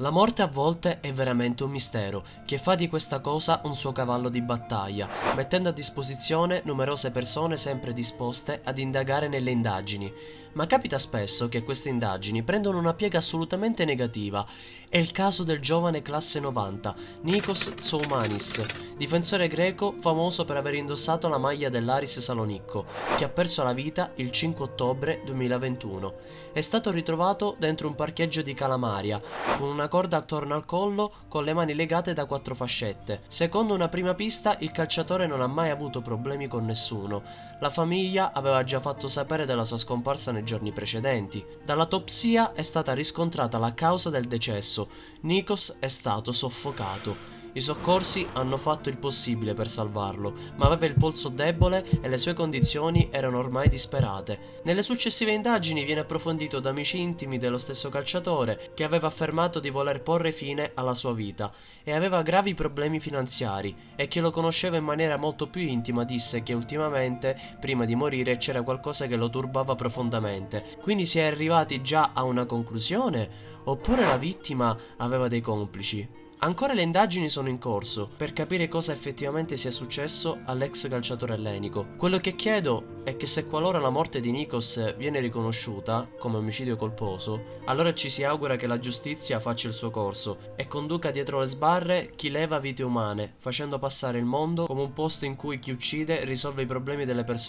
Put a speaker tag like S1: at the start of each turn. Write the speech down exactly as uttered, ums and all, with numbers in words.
S1: La morte a volte è veramente un mistero, che fa di questa cosa un suo cavallo di battaglia, mettendo a disposizione numerose persone sempre disposte ad indagare nelle indagini. Ma capita spesso che queste indagini prendono una piega assolutamente negativa. È il caso del giovane classe novanta, Nikos Tsoumanis, difensore greco famoso per aver indossato la maglia dell'Aris Salonicco, che ha perso la vita il cinque ottobre duemilaventuno. È stato ritrovato dentro un parcheggio di Kalamaria, con una corda attorno al collo, con le mani legate da quattro fascette. Secondo una prima pista, il calciatore non ha mai avuto problemi con nessuno. La famiglia aveva già fatto sapere della sua scomparsa nei giorni precedenti. Dall'autopsia è stata riscontrata la causa del decesso. Nikos è stato soffocato. I soccorsi hanno fatto il possibile per salvarlo, ma aveva il polso debole e le sue condizioni erano ormai disperate. Nelle successive indagini viene approfondito da amici intimi dello stesso calciatore, che aveva affermato di voler porre fine alla sua vita e aveva gravi problemi finanziari, e chi lo conosceva in maniera molto più intima disse che ultimamente, prima di morire, c'era qualcosa che lo turbava profondamente. Quindi si è arrivati già a una conclusione? Oppure la vittima aveva dei complici? Ancora le indagini sono in corso per capire cosa effettivamente sia successo all'ex calciatore ellenico. Quello che chiedo è che se qualora la morte di Nikos viene riconosciuta come omicidio colposo, allora ci si augura che la giustizia faccia il suo corso e conduca dietro le sbarre chi leva vite umane, facendo passare il mondo come un posto in cui chi uccide risolve i problemi delle persone